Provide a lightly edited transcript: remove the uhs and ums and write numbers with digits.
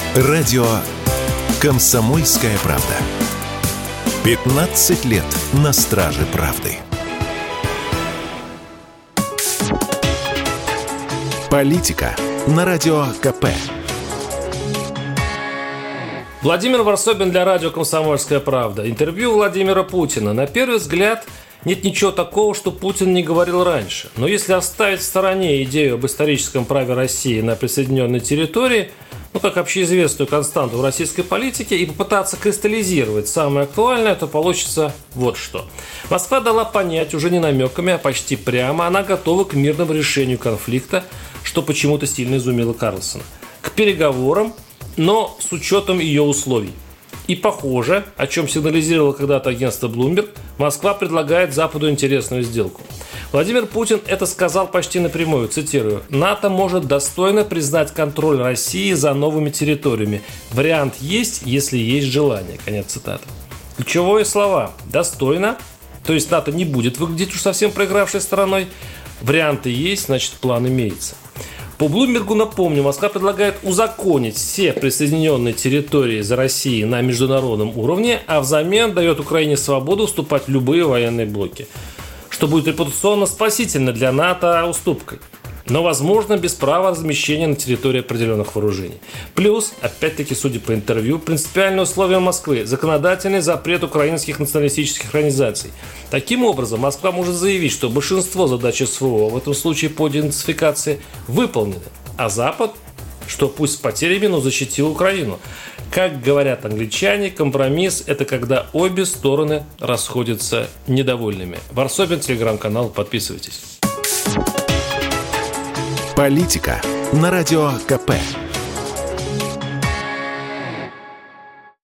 Радио «Комсомольская правда». 15 лет на страже правды. Политика на Радио КП. Владимир Варсобин для радио «Комсомольская правда». Интервью Владимира Путина. На первый взгляд, нет ничего такого, что Путин не говорил раньше. Но если оставить в стороне идею об историческом праве России на присоединенной территории, как общеизвестную константу в российской политике, и попытаться кристаллизировать самое актуальное, то получится вот что. Москва дала понять уже не намеками, а почти прямо, она готова к мирному решению конфликта, что почему-то сильно изумило Карлсона. К переговорам, но с учетом ее условий. И похоже, о чем сигнализировало когда-то агентство Bloomberg, Москва предлагает Западу интересную сделку. Владимир Путин это сказал почти напрямую, цитирую: «НАТО может достойно признать контроль России за новыми территориями. Вариант есть, если есть желание». Конец цитаты. Ключевые слова: достойно, то есть НАТО не будет выглядеть уж совсем проигравшей стороной. Варианты есть, значит план имеется. По Блумбергу, напомню, Москва предлагает узаконить все присоединенные территории за Россией на международном уровне, а взамен дает Украине свободу вступать в любые военные блоки, что будет репутационно спасительно для НАТО уступкой, но, возможно, без права размещения на территории определенных вооружений. Плюс, опять-таки, судя по интервью, принципиальное условие Москвы – законодательный запрет украинских националистических организаций. Таким образом, Москва может заявить, что большинство задач СВО, в этом случае по денацификации, выполнены, а Запад, что пусть с потерями, но защитил Украину. Как говорят англичане, компромисс – это когда обе стороны расходятся недовольными. Варсобин, телеграм-канал, подписывайтесь. Политика на Радио КП.